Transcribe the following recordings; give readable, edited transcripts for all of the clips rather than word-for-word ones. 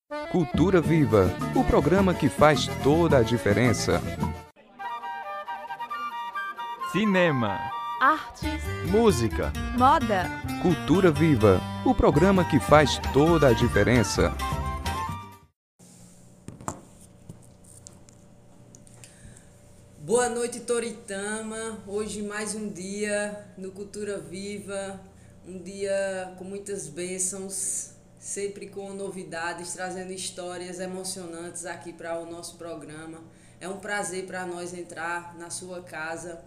Cultura Viva, o programa que faz toda a diferença. Cinema, artes, música, moda. Cultura Viva, o programa que faz toda a diferença. Boa noite, Toritama. Hoje mais um dia no Cultura Viva, um dia com muitas bênçãos, sempre com novidades, trazendo histórias emocionantes aqui para o nosso programa. É um prazer para nós entrar na sua casa,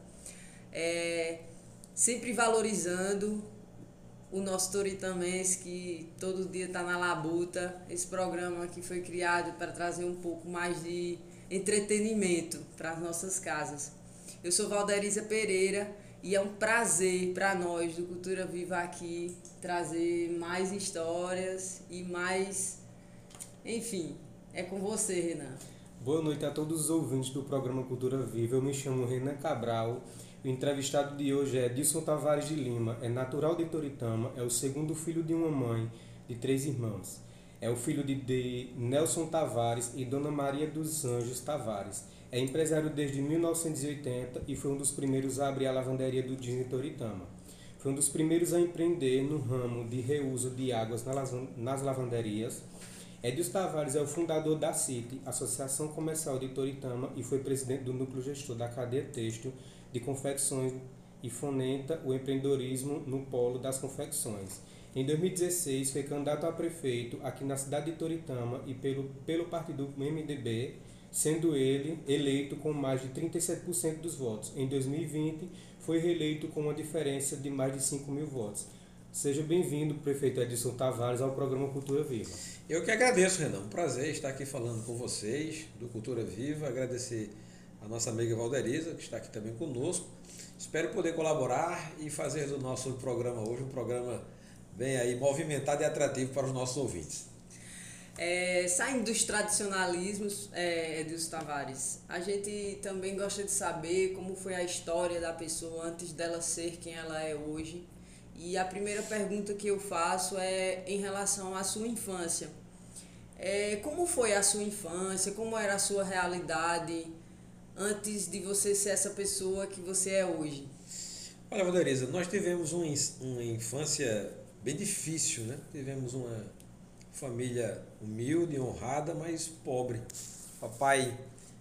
sempre valorizando o nosso toritamense que todo dia está na labuta. Esse programa que foi criado para trazer um pouco mais de entretenimento para as nossas casas. Eu sou Valderiza Pereira e é um prazer para nós do Cultura Viva aqui trazer mais histórias e mais... Enfim, é com você, Renan. Boa noite a todos os ouvintes do programa Cultura Viva. Eu me chamo Renan Cabral. O entrevistado de hoje é Edilson Tavares de Lima. É natural de Toritama, é o segundo filho de uma mãe de 3 irmãos. É o filho de Nelson Tavares e Dona Maria dos Anjos Tavares. É empresário desde 1980 e foi um dos primeiros a abrir a lavanderia do Jeans em Toritama. Foi um dos primeiros a empreender no ramo de reuso de águas nas lavanderias. Edilson Tavares é o fundador da CIT, Associação Comercial de Toritama, e foi presidente do núcleo gestor da cadeia têxtil de confecções e fomenta o empreendedorismo no polo das confecções. Em 2016, foi candidato a prefeito aqui na cidade de Toritama e pelo partido MDB, sendo ele eleito com mais de 37% dos votos. Em 2020, foi reeleito com uma diferença de mais de 5.000 votos. Seja bem-vindo, prefeito Edilson Tavares, ao programa Cultura Viva. Eu que agradeço, Renan. Um prazer estar aqui falando com vocês do Cultura Viva. Agradecer a nossa amiga Valderiza, que está aqui também conosco. Espero poder colaborar e fazer do nosso programa hoje um programa bem aí movimentado e atrativo para os nossos ouvintes. Saindo dos tradicionalismos, Edilson Tavares, a gente também gosta de saber como foi a história da pessoa antes dela ser quem ela é hoje. E a primeira pergunta que eu faço é em relação à sua infância. Como foi a sua infância? Como era a sua realidade antes de você ser essa pessoa que você é hoje? Olha, Valderiza, nós tivemos uma infância bem difícil, né? Tivemos uma família humilde, honrada, mas pobre. Papai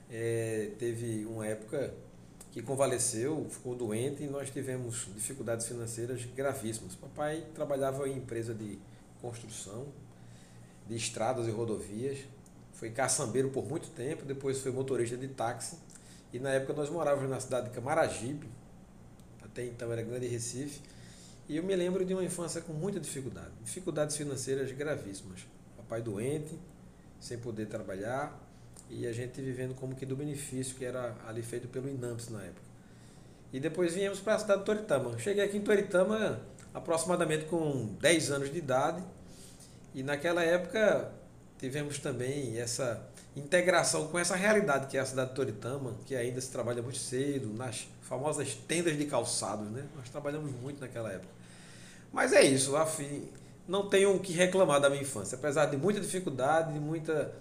teve uma época que convaleceu, ficou doente e nós tivemos dificuldades financeiras gravíssimas. Papai trabalhava em empresa de construção, de estradas e rodovias, foi caçambeiro por muito tempo, depois foi motorista de táxi e na época nós morávamos na cidade de Camaragibe, até então era Grande Recife, e eu me lembro de uma infância com muita dificuldade, dificuldades financeiras gravíssimas. Papai doente, sem poder trabalhar, e a gente vivendo como que do benefício que era ali feito pelo INAMPS na época. E depois viemos para a cidade de Toritama. Cheguei aqui em Toritama aproximadamente com 10 anos de idade, e naquela época tivemos também essa integração com essa realidade que é a cidade de Toritama, que ainda se trabalha muito cedo, nas famosas tendas de calçados, né? Nós trabalhamos muito naquela época. Mas é isso, afim, não tenho o que reclamar da minha infância, apesar de muita dificuldade, de muita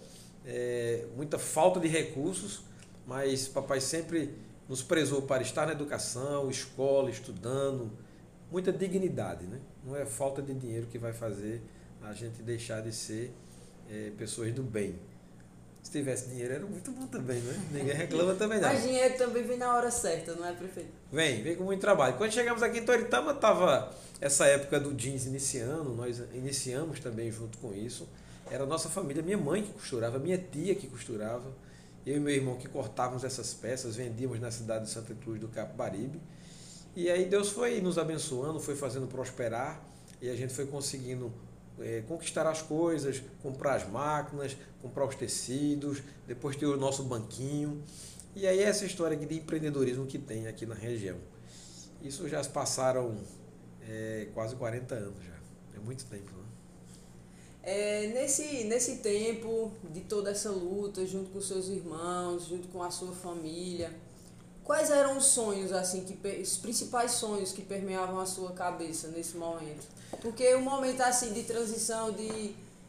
falta de recursos, mas papai sempre nos prezou para estar na educação, escola, estudando, muita dignidade, né? Não é falta de dinheiro que vai fazer a gente deixar de ser pessoas do bem. Se tivesse dinheiro era muito bom também, né? Ninguém reclama também não. Mas dinheiro também vem na hora certa, não é, prefeito? Vem com muito trabalho. Quando chegamos aqui em Toritama, estava essa época do jeans iniciando, nós iniciamos também junto com isso. Era a nossa família, minha mãe que costurava, minha tia que costurava, eu e meu irmão que cortávamos essas peças, vendíamos na cidade de Santa Cruz do Capibaribe. E aí Deus foi nos abençoando, foi fazendo prosperar e a gente foi conseguindo conquistar as coisas, comprar as máquinas, comprar os tecidos, depois ter o nosso banquinho. E aí essa história aqui de empreendedorismo que tem aqui na região. Isso já se passaram quase 40 anos já, é muito tempo, né? Nesse tempo de toda essa luta, junto com seus irmãos, junto com a sua família, quais eram os sonhos, assim, os principais sonhos que permeavam a sua cabeça nesse momento? Porque o momento assim de transição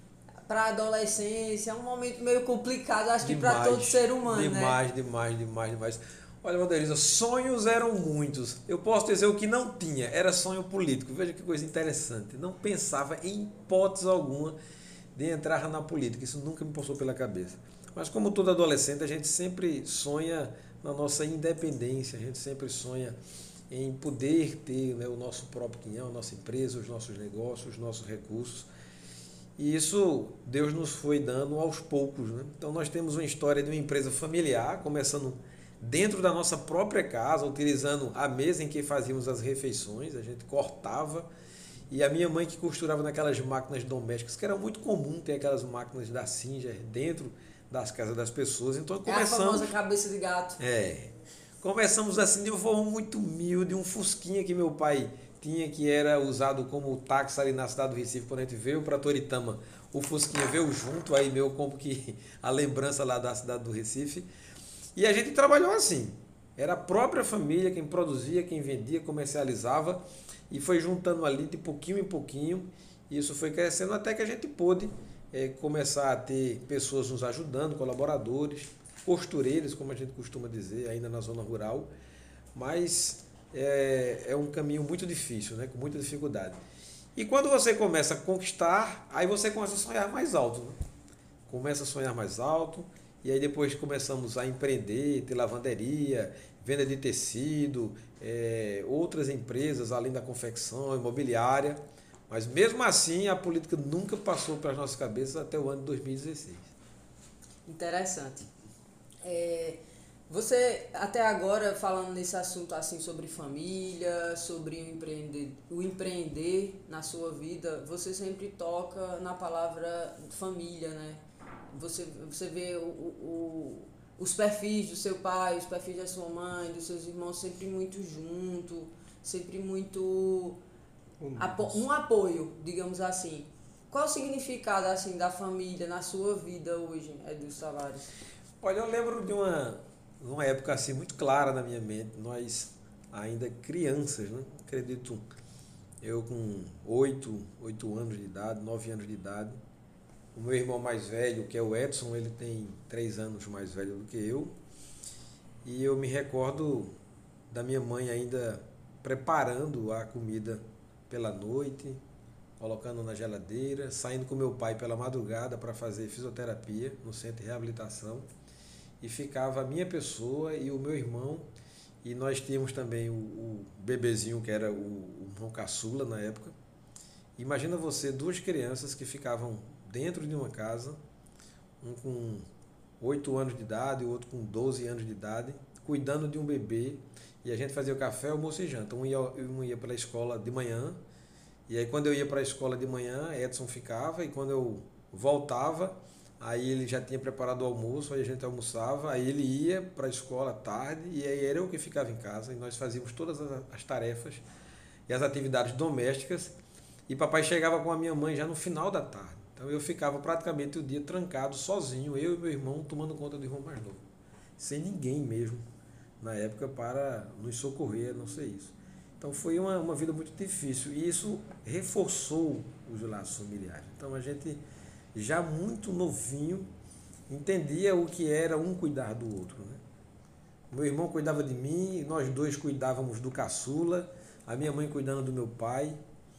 para a adolescência, é um momento meio complicado, acho que para Demais, todo ser humano, demais, demais. Olha, Valderisa, sonhos eram muitos. Eu posso dizer o que não tinha, era sonho político. Veja que coisa interessante. Não pensava em hipótese alguma de entrar na política. Isso nunca me passou pela cabeça. Mas como todo adolescente, a gente sempre sonha na nossa independência, a gente sempre sonha em poder ter, né, o nosso próprio quinhão, a nossa empresa, os nossos negócios, os nossos recursos. E isso Deus nos foi dando aos poucos, né? Então nós temos uma história de uma empresa familiar, começando dentro da nossa própria casa, utilizando a mesa em que fazíamos as refeições, a gente cortava, e a minha mãe que costurava naquelas máquinas domésticas, que era muito comum ter aquelas máquinas da Singer dentro das casas das pessoas. Então começamos... É a famosa cabeça de gato. Começamos assim de uma forma muito humilde, um fusquinha que meu pai tinha, que era usado como táxi ali na cidade do Recife. Quando a gente veio para Toritama, o fusquinha veio junto, aí meu como que a lembrança lá da cidade do Recife. E a gente trabalhou assim, era a própria família quem produzia, quem vendia, comercializava, e foi juntando ali de pouquinho em pouquinho, e isso foi crescendo até que a gente pôde começar a ter pessoas nos ajudando, colaboradores, costureiros, como a gente costuma dizer, ainda na zona rural, mas é um caminho muito difícil, né? Com muita dificuldade. E quando você começa a conquistar, aí você começa a sonhar mais alto, né? Começa a sonhar mais alto, e aí depois começamos a empreender, ter lavanderia, venda de tecido, outras empresas além da confecção, imobiliária. Mas mesmo assim a política nunca passou pelas nossas cabeças até o ano de 2016. Interessante. Você até agora falando nesse assunto assim sobre família, sobre o empreender na sua vida, você sempre toca na palavra família, né? Você vê os perfis do seu pai, os perfis da sua mãe, dos seus irmãos sempre muito junto, sempre muito um apoio, digamos assim. Qual o significado assim da família na sua vida hoje, Edilson Tavares? Olha, eu lembro de uma época assim muito clara na minha mente, nós ainda crianças, né? Acredito, eu com 8 anos de idade, 9 anos de idade. O meu irmão mais velho, que é o Edson, ele tem 3 anos mais velho do que eu. E eu me recordo da minha mãe ainda preparando a comida pela noite, colocando na geladeira, saindo com meu pai pela madrugada para fazer fisioterapia no centro de reabilitação. E ficava a minha pessoa e o meu irmão. E nós tínhamos também o bebezinho, que era o irmão caçula na época. Imagina você, 2 crianças que ficavam dentro de uma casa, um com 8 anos de idade e o outro com 12 anos de idade, cuidando de um bebê, e a gente fazia o café, almoço e janta. Um ia para a escola de manhã, e aí quando eu ia para a escola de manhã, Edson ficava, e quando eu voltava, aí ele já tinha preparado o almoço, aí a gente almoçava, aí ele ia para a escola à tarde, e aí era eu que ficava em casa, e nós fazíamos todas as tarefas e as atividades domésticas, e papai chegava com a minha mãe já no final da tarde. Então eu ficava praticamente o dia trancado, sozinho, eu e meu irmão, tomando conta do irmão mais novo. Sem ninguém mesmo, na época, para nos socorrer, a não ser isso. Então foi uma vida muito difícil, e isso reforçou os laços familiares. Então a gente, já muito novinho, entendia o que era um cuidar do outro, né? Meu irmão cuidava de mim, nós 2 cuidávamos do caçula, a minha mãe cuidando do meu pai.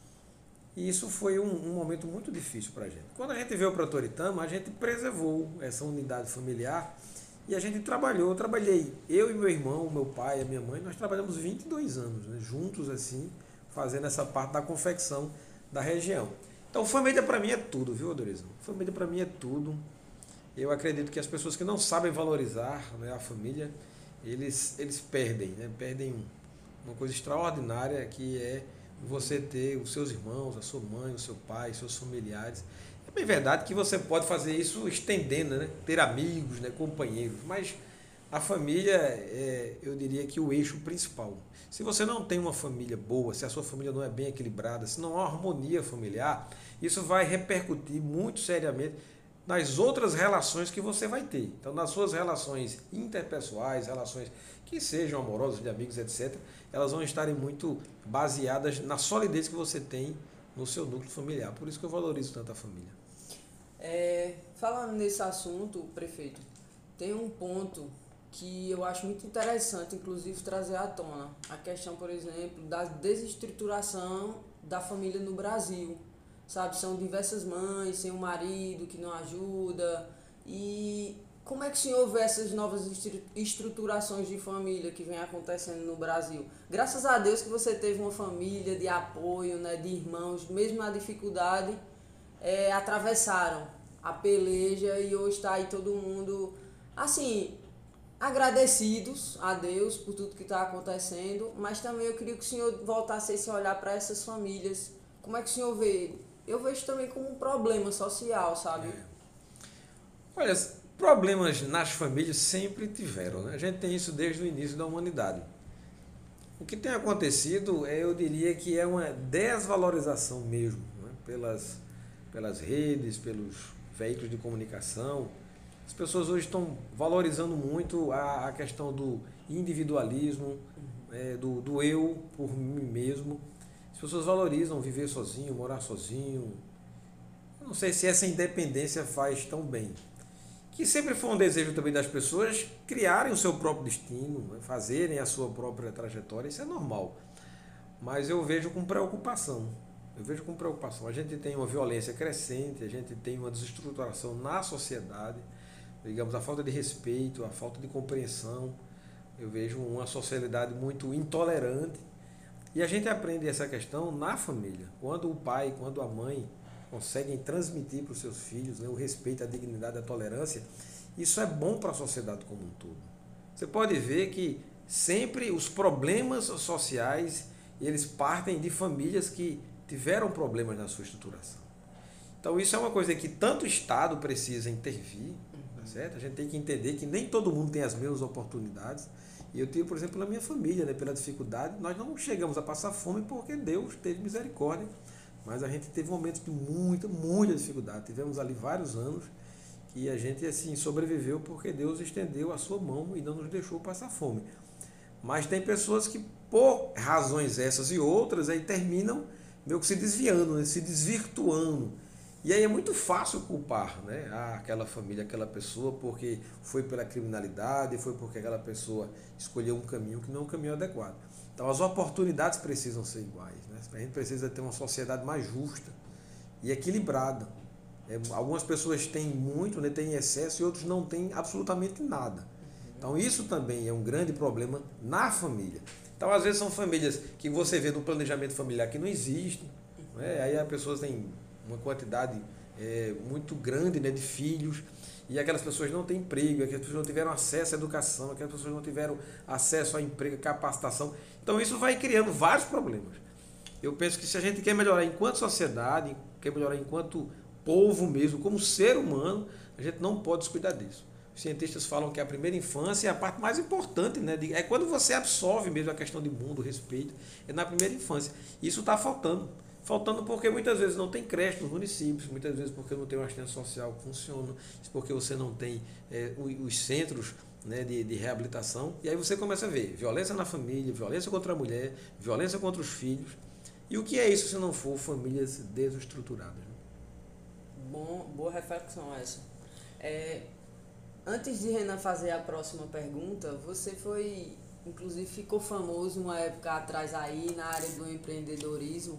E isso foi um momento muito difícil para a gente. Quando a gente veio para Toritama, a gente preservou essa unidade familiar e a gente trabalhou. Eu trabalhei, eu e meu irmão, meu pai, a minha mãe, nós trabalhamos 22 anos, né, juntos assim, fazendo essa parte da confecção da região. Então, família para mim é tudo, viu, Adoriza? Família para mim é tudo. Eu acredito que as pessoas que não sabem valorizar, né, a família, eles perdem, né, perdem uma coisa extraordinária, que é você ter os seus irmãos, a sua mãe, o seu pai, seus familiares. É bem verdade que você pode fazer isso estendendo, né? Ter amigos, né? Companheiros, mas a família eu diria que o eixo principal. Se você não tem uma família boa, se a sua família não é bem equilibrada, se não há harmonia familiar, isso vai repercutir muito seriamente nas outras relações que você vai ter. Então, nas suas relações interpessoais, relações que sejam amorosas, de amigos, etc., elas vão estarem muito baseadas na solidez que você tem no seu núcleo familiar. Por isso que eu valorizo tanto a família. Falando nesse assunto, prefeito, tem um ponto que eu acho muito interessante, inclusive, trazer à tona. A questão, por exemplo, da desestruturação da família no Brasil. Sabe, são diversas mães sem um marido que não ajuda. E como é que o senhor vê essas novas estruturações de família que vem acontecendo no Brasil? Graças a Deus que você teve uma família de apoio, né, de irmãos, mesmo na dificuldade, atravessaram a peleja e hoje está aí todo mundo, assim, agradecidos a Deus por tudo que está acontecendo, mas também eu queria que o senhor voltasse a se olhar para essas famílias. Como é que o senhor vê? Eu vejo também como um problema social, sabe? Olha, problemas nas famílias sempre tiveram, né? A gente tem isso desde o início da humanidade. O que tem acontecido, eu diria que é uma desvalorização mesmo, né? Pelas redes, pelos veículos de comunicação. As pessoas hoje estão valorizando muito a questão do individualismo, do eu por mim mesmo. As pessoas valorizam viver sozinho, morar sozinho. Eu não sei se essa independência faz tão bem. Que sempre foi um desejo também das pessoas criarem o seu próprio destino, né? Fazerem a sua própria trajetória, isso é normal. Mas eu vejo com preocupação. A gente tem uma violência crescente, a gente tem uma desestruturação na sociedade, digamos, a falta de respeito, a falta de compreensão. Eu vejo uma sociedade muito intolerante. E a gente aprende essa questão na família. Quando o pai, quando a mãe conseguem transmitir para os seus filhos, né, o respeito, a dignidade, a tolerância, isso é bom para a sociedade como um todo. Você pode ver que sempre os problemas sociais, eles partem de famílias que tiveram problemas na sua estruturação. Então isso é uma coisa que tanto o Estado precisa intervir, tá certo? A gente tem que entender que nem todo mundo tem as mesmas oportunidades. E eu tive, por exemplo, na minha família, né, pela dificuldade, nós não chegamos a passar fome porque Deus teve misericórdia. Mas a gente teve momentos de muita dificuldade. Tivemos ali vários anos que a gente assim sobreviveu porque Deus estendeu a sua mão e não nos deixou passar fome. Mas tem pessoas que, por razões essas e outras, aí terminam meio que se desviando, né, se desvirtuando. E aí é muito fácil culpar, né, aquela família, aquela pessoa, porque foi pela criminalidade, foi porque aquela pessoa escolheu um caminho que não é um caminho adequado. Então as oportunidades precisam ser iguais, né? A gente precisa ter uma sociedade mais justa e equilibrada. Algumas pessoas têm muito, né, têm excesso e outros não têm absolutamente nada. Então isso também é um grande problema na família. Então às vezes são famílias que você vê no planejamento familiar que não existem, né? Aí as pessoas têm uma quantidade muito grande, né, de filhos, e aquelas pessoas não têm emprego, aquelas pessoas não tiveram acesso à educação, aquelas pessoas não tiveram acesso a emprego, capacitação. Então isso vai criando vários problemas. Eu penso que se a gente quer melhorar enquanto sociedade, quer melhorar enquanto povo mesmo, como ser humano, a gente não pode descuidar disso. Os cientistas falam que a primeira infância é a parte mais importante, né? É quando você absorve mesmo a questão de mundo, respeito, é na primeira infância. Isso está faltando. Faltando porque muitas vezes não tem creche nos municípios, muitas vezes porque não tem uma assistência social que funciona, porque você não tem os centros, né, de reabilitação. E aí você começa a ver violência na família, violência contra a mulher, violência contra os filhos. E o que é isso se não for famílias desestruturadas? Boa reflexão essa. Antes de Renan fazer a próxima pergunta, você inclusive ficou famoso uma época atrás aí na área do empreendedorismo,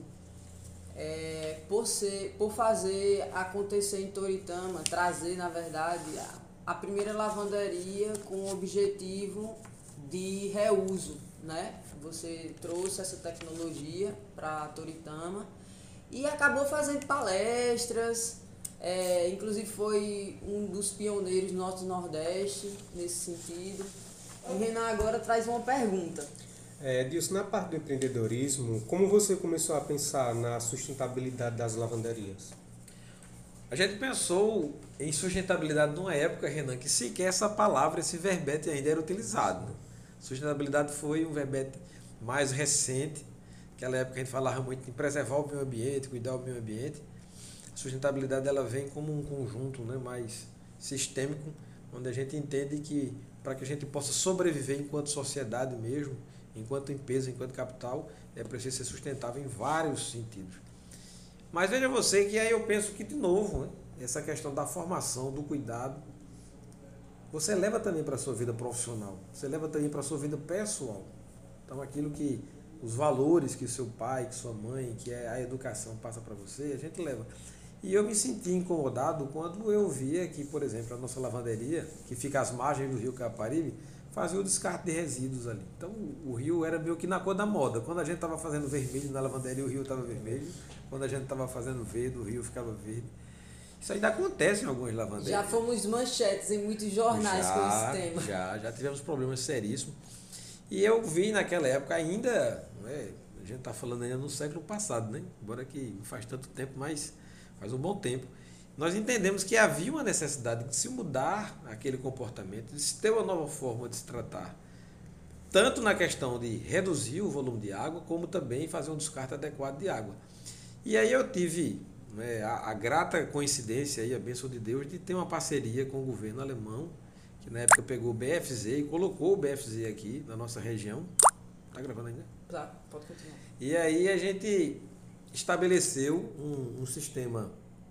por fazer acontecer em Toritama, trazer, na verdade, a primeira lavanderia com o objetivo de reuso, né? Você trouxe essa tecnologia para Toritama e acabou fazendo palestras, inclusive foi um dos pioneiros do Norte e Nordeste nesse sentido. E Renan agora traz uma pergunta. Dilson, na parte do empreendedorismo, como você começou a pensar na sustentabilidade das lavanderias? A gente pensou em sustentabilidade numa época, Renan, que sequer essa palavra, esse verbete ainda era utilizado. Sustentabilidade foi um verbete mais recente. Naquela época a gente falava muito em preservar o meio ambiente, cuidar do meio ambiente. A sustentabilidade ela vem como um conjunto, né, mais sistêmico, onde a gente entende que para que a gente possa sobreviver enquanto sociedade mesmo, enquanto empresa, enquanto capital, é preciso ser sustentável em vários sentidos. Mas veja você que aí eu penso que, de novo, né, essa questão da formação, do cuidado, você leva também para a sua vida profissional, você leva também para a sua vida pessoal. Então aquilo que, os valores que seu pai, que sua mãe, que a educação passa para você, a gente leva. E eu me senti incomodado quando eu via que, por exemplo, a nossa lavanderia, que fica às margens do rio Caparibe, fazia o descarte de resíduos ali. Então o rio era meio que na cor da moda. Quando a gente estava fazendo vermelho na lavanderia, o rio estava vermelho. Quando a gente estava fazendo verde, o rio ficava verde. Isso ainda acontece em algumas lavanderias. Já fomos manchetes em muitos jornais com esse tema. Já tivemos problemas seríssimos. E eu vi naquela época ainda, a gente está falando ainda no século passado, né? Embora que não faz tanto tempo, mas faz um bom tempo. Nós entendemos que havia uma necessidade de se mudar aquele comportamento, de se ter uma nova forma de se tratar. Tanto na questão de reduzir o volume de água, como também fazer um descarte adequado de água. E aí eu tive a grata coincidência, e a bênção de Deus, de ter uma parceria com o governo alemão, que na época pegou o BFZ e colocou o BFZ aqui na nossa região. Está gravando ainda? Tá, pode continuar. E aí a gente estabeleceu um sistema.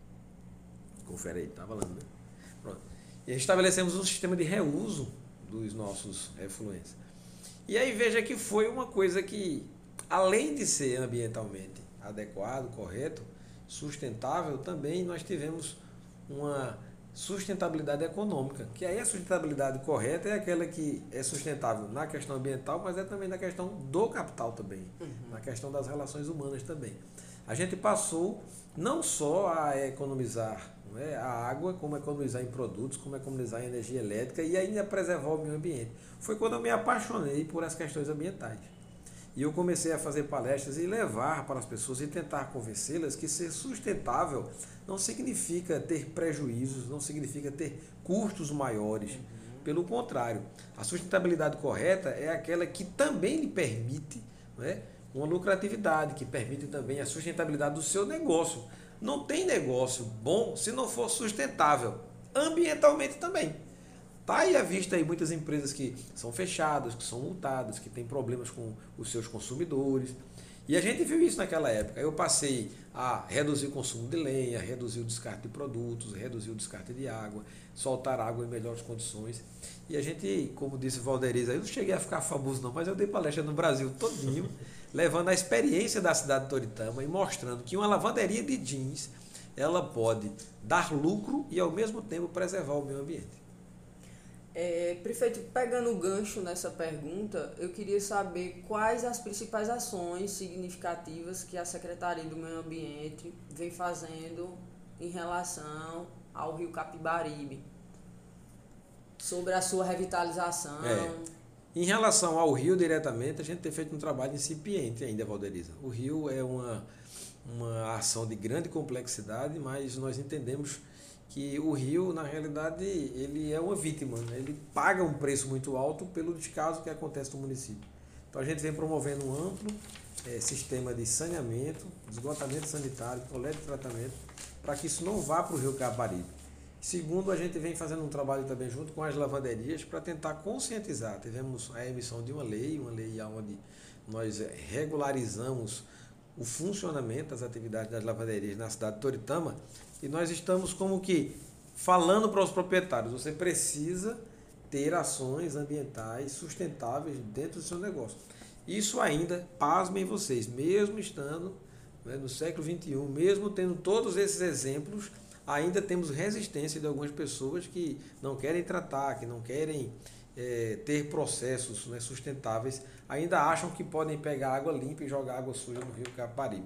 Confere aí, tá falando, né? Pronto. E estabelecemos um sistema de reuso dos nossos efluentes. E aí veja que foi uma coisa que, além de ser ambientalmente adequado, correto, sustentável, também nós tivemos uma sustentabilidade econômica, que aí a sustentabilidade correta é aquela que é sustentável na questão ambiental, mas é também na questão do capital também, na questão das relações humanas também. A gente passou não só a economizar a água, como economizar em produtos, como economizar em energia elétrica e ainda preservar o meio ambiente. Foi quando eu me apaixonei por as questões ambientais. E eu comecei a fazer palestras e levar para as pessoas e tentar convencê-las que ser sustentável não significa ter prejuízos, não significa ter custos maiores. Pelo contrário, a sustentabilidade correta é aquela que também lhe permite uma lucratividade, que permite também a sustentabilidade do seu negócio. Não tem negócio bom se não for sustentável, ambientalmente também. Está aí à vista aí muitas empresas que são fechadas, que são multadas, que têm problemas com os seus consumidores. E a gente viu isso naquela época. Eu passei a reduzir o consumo de lenha, reduzir o descarte de produtos, reduzir o descarte de água, soltar água em melhores condições. E a gente, como disse o Valderiz, eu não cheguei a ficar famoso não, mas eu dei palestra no Brasil todinho, levando a experiência da cidade de Toritama e mostrando que uma lavanderia de jeans, ela pode dar lucro e ao mesmo tempo preservar o meio ambiente. Prefeito, pegando o gancho nessa pergunta, eu queria saber quais as principais ações significativas que a Secretaria do Meio Ambiente vem fazendo em relação ao Rio Capibaribe, sobre a sua revitalização. Em relação ao rio diretamente, a gente tem feito um trabalho incipiente ainda, Valderiza. O rio é uma ação de grande complexidade, mas nós entendemos que o rio, na realidade, ele é uma vítima, né? Ele paga um preço muito alto pelo descaso que acontece no município. Então a gente vem promovendo um amplo sistema de saneamento, esgotamento sanitário, coleta e tratamento, para que isso não vá para o rio Capibaribe. Segundo, a gente vem fazendo um trabalho também junto com as lavanderias para tentar conscientizar. Tivemos a emissão de uma lei onde nós regularizamos o funcionamento das atividades das lavanderias na cidade de Toritama, e nós estamos como que falando para os proprietários, você precisa ter ações ambientais sustentáveis dentro do seu negócio. Isso ainda, pasmem vocês, mesmo estando no século XXI, mesmo tendo todos esses exemplos, ainda temos resistência de algumas pessoas que não querem tratar, que não querem ter processos sustentáveis, ainda acham que podem pegar água limpa e jogar água suja no rio Capibaribe.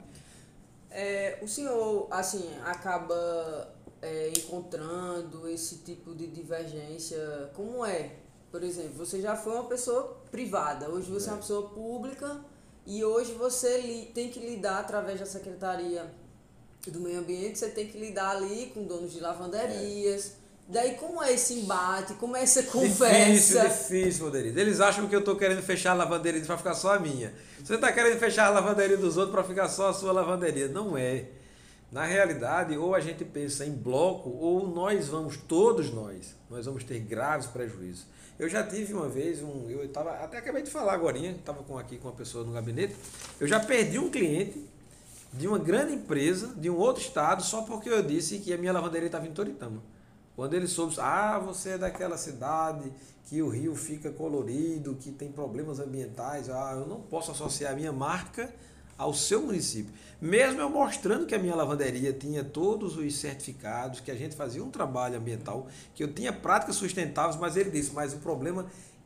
O senhor acaba encontrando esse tipo de divergência, como é? Por exemplo, você já foi uma pessoa privada, hoje você é uma pessoa pública e hoje você tem que lidar através da Secretaria do Meio Ambiente, você tem que lidar ali com donos de lavanderias. Daí como é esse embate, como é essa conversa? Difícil, Valderiz. Eles acham que eu estou querendo fechar a lavanderia para ficar só a minha. Você está querendo fechar a lavanderia dos outros para ficar só a sua lavanderia. Não é. Na realidade, ou a gente pensa em bloco, ou todos nós vamos ter graves prejuízos. Eu já tive uma vez, até acabei de falar agora, estava aqui com uma pessoa no gabinete, eu já perdi um cliente de uma grande empresa, de um outro estado, só porque eu disse que a minha lavanderia estava em Toritama. Quando ele soube, você é daquela cidade que o rio fica colorido, que tem problemas ambientais, eu não posso associar a minha marca ao seu município. Mesmo eu mostrando que a minha lavanderia tinha todos os certificados, que a gente fazia um trabalho ambiental, que eu tinha práticas sustentáveis, mas ele disse, mas o problema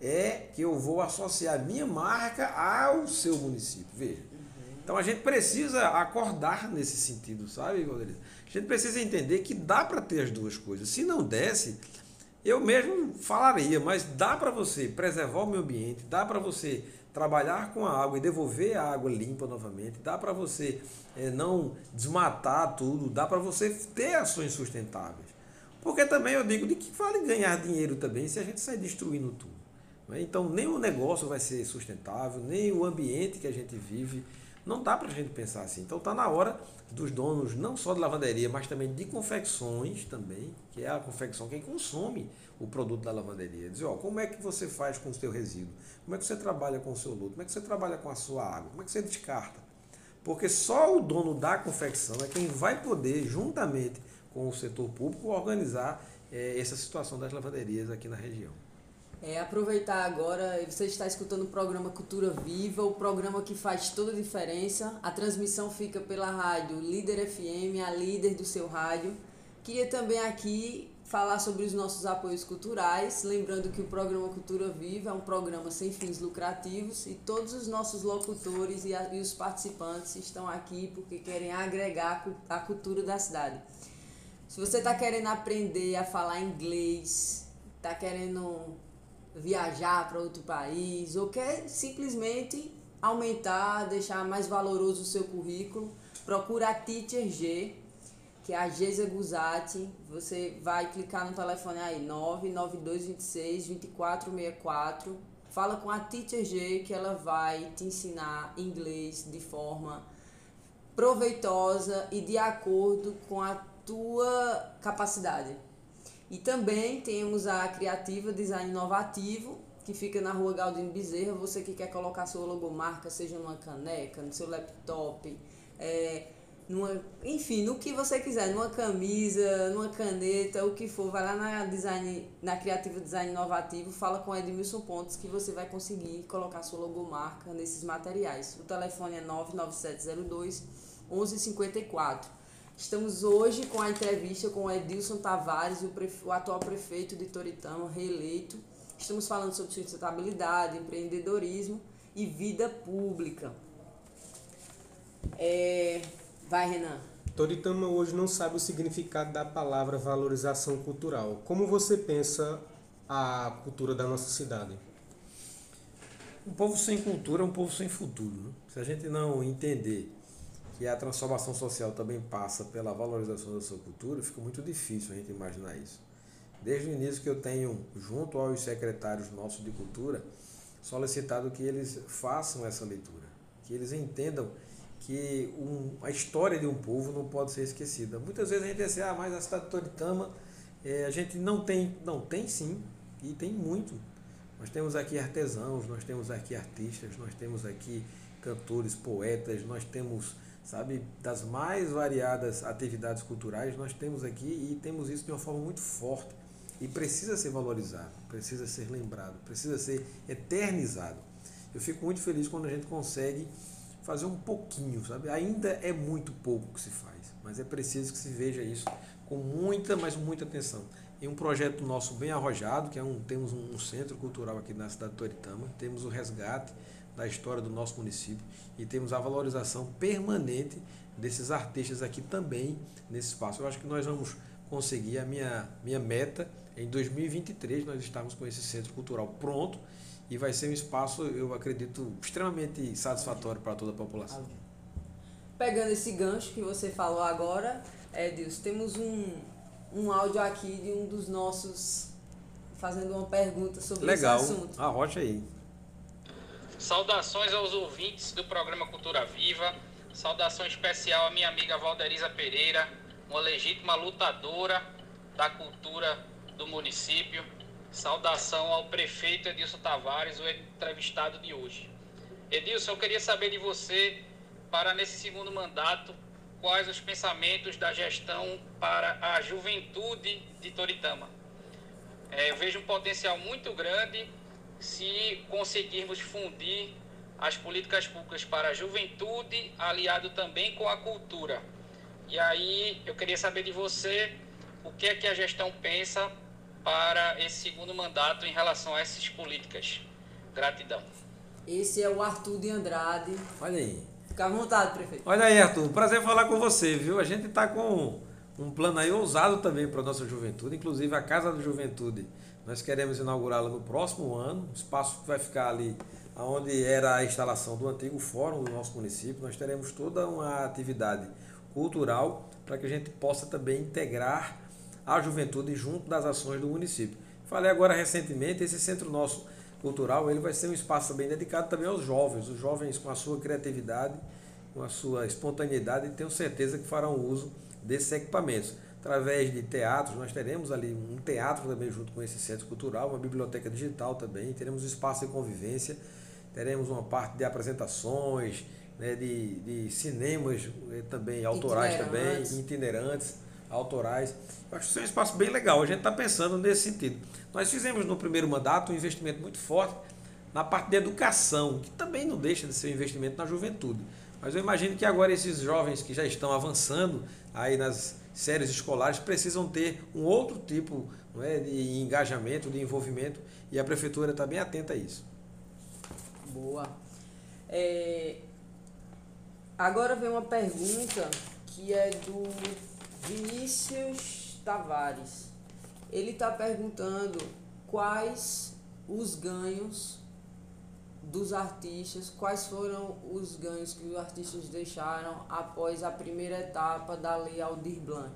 é que eu vou associar a minha marca ao seu município. Veja. Então a gente precisa acordar nesse sentido, sabe, Valderiza? A gente precisa entender que dá para ter as duas coisas. Se não desse, eu mesmo falaria, mas dá para você preservar o meio ambiente, dá para você trabalhar com a água e devolver a água limpa novamente, dá para você não desmatar tudo, dá para você ter ações sustentáveis. Porque também eu digo, de que vale ganhar dinheiro também se a gente sair destruindo tudo? Não é? Então nem o negócio vai ser sustentável, nem o ambiente que a gente vive. Não dá para a gente pensar assim. Então está na hora dos donos, não só de lavanderia, mas também de confecções também, que é a confecção quem consome o produto da lavanderia. Dizer, como é que você faz com o seu resíduo? Como é que você trabalha com o seu luto? Como é que você trabalha com a sua água? Como é que você descarta? Porque só o dono da confecção é quem vai poder, juntamente com o setor público, organizar essa situação das lavanderias aqui na região. Aproveitar agora, você está escutando o programa Cultura Viva, o programa que faz toda a diferença. A transmissão fica pela rádio Líder FM, a líder do seu rádio. Queria também aqui falar sobre os nossos apoios culturais, lembrando que o programa Cultura Viva é um programa sem fins lucrativos e todos os nossos locutores e os participantes estão aqui porque querem agregar a cultura da cidade. Se você está querendo aprender a falar inglês, está querendo viajar para outro país ou quer simplesmente aumentar, deixar mais valoroso o seu currículo, procura a Teacher G, que é a Geisa Guzatti. Você vai clicar no telefone aí, 99226-2464. Fala com a Teacher G que ela vai te ensinar inglês de forma proveitosa e de acordo com a tua capacidade. E também temos a Criativa Design Inovativo, que fica na Rua Galdino Bezerra. Você que quer colocar sua logomarca, seja numa caneca, no seu laptop, enfim, no que você quiser, numa camisa, numa caneta, o que for, vai lá na Criativa Design Inovativo, fala com Edmilson Pontes que você vai conseguir colocar sua logomarca nesses materiais. O telefone é 99702-1154. Estamos hoje com a entrevista com o Edilson Tavares, o atual prefeito de Toritama, reeleito. Estamos falando sobre sustentabilidade, empreendedorismo e vida pública. Vai, Renan. Toritama hoje não sabe o significado da palavra valorização cultural. Como você pensa a cultura da nossa cidade? Um povo sem cultura é um povo sem futuro, né? Se a gente não entender que a transformação social também passa pela valorização da sua cultura, fica muito difícil a gente imaginar isso. Desde o início que eu tenho, junto aos secretários nossos de cultura, solicitado que eles façam essa leitura, que eles entendam que a história de um povo não pode ser esquecida. Muitas vezes a gente diz assim, mas a cidade de Toritama, a gente não tem sim, e tem muito. Nós temos aqui artesãos, nós temos aqui artistas, nós temos aqui cantores, poetas, nós temos, das mais variadas atividades culturais, nós temos aqui e temos isso de uma forma muito forte e precisa ser valorizado, precisa ser lembrado, precisa ser eternizado. Eu fico muito feliz quando a gente consegue fazer um pouquinho, Ainda é muito pouco que se faz, mas é preciso que se veja isso com muita atenção. Em um projeto nosso bem arrojado, que temos um centro cultural aqui na cidade de Toritama, temos o resgate da história do nosso município e temos a valorização permanente desses artistas aqui também nesse espaço. Eu acho que nós vamos conseguir, a minha meta em 2023 nós estamos com esse centro cultural pronto e vai ser um espaço, eu acredito, extremamente satisfatório para toda a população. Pegando esse gancho que você falou agora, Edilson, temos um áudio aqui de um dos nossos fazendo uma pergunta sobre esse assunto. Legal, arrocha aí. Saudações aos ouvintes do programa Cultura Viva, saudação especial à minha amiga Valderiza Pereira, uma legítima lutadora da cultura do município. Saudação ao prefeito Edilson Tavares, o entrevistado de hoje. Edilson, eu queria saber de você para nesse segundo mandato, quais os pensamentos da gestão para a juventude de Toritama. Eu vejo um potencial muito grande se conseguirmos fundir as políticas públicas para a juventude, aliado também com a cultura. E aí eu queria saber de você o que é que a gestão pensa para esse segundo mandato em relação a essas políticas. Gratidão. Esse é o Arthur de Andrade. Olha aí. Fica à vontade, prefeito. Olha aí, Arthur. Prazer falar com você, viu? A gente está com um plano aí ousado também para a nossa juventude, inclusive a Casa da Juventude. Nós queremos inaugurá-la no próximo ano, um espaço que vai ficar ali onde era a instalação do antigo fórum do nosso município. Nós teremos toda uma atividade cultural para que a gente possa também integrar a juventude junto das ações do município. Falei agora recentemente, esse centro nosso cultural ele vai ser um espaço também dedicado também aos jovens. Os jovens com a sua criatividade, com a sua espontaneidade, tenho certeza que farão uso desses equipamentos. Através de teatros, nós teremos ali um teatro também junto com esse centro cultural, uma biblioteca digital também, teremos um espaço de convivência, teremos uma parte de apresentações, né, de cinemas também, autorais também, itinerantes, autorais. Eu acho que isso é um espaço bem legal, a gente está pensando nesse sentido. Nós fizemos no primeiro mandato um investimento muito forte na parte de educação, que também não deixa de ser um investimento na juventude. Mas eu imagino que agora esses jovens que já estão avançando aí nas séries escolares precisam ter um outro tipo, não é, de engajamento, de envolvimento, e a prefeitura está bem atenta a isso. Boa. Agora vem uma pergunta que é do Vinícius Tavares. Ele está perguntando quais os ganhos dos artistas, quais foram os ganhos que os artistas deixaram após a primeira etapa da Lei Aldir Blanc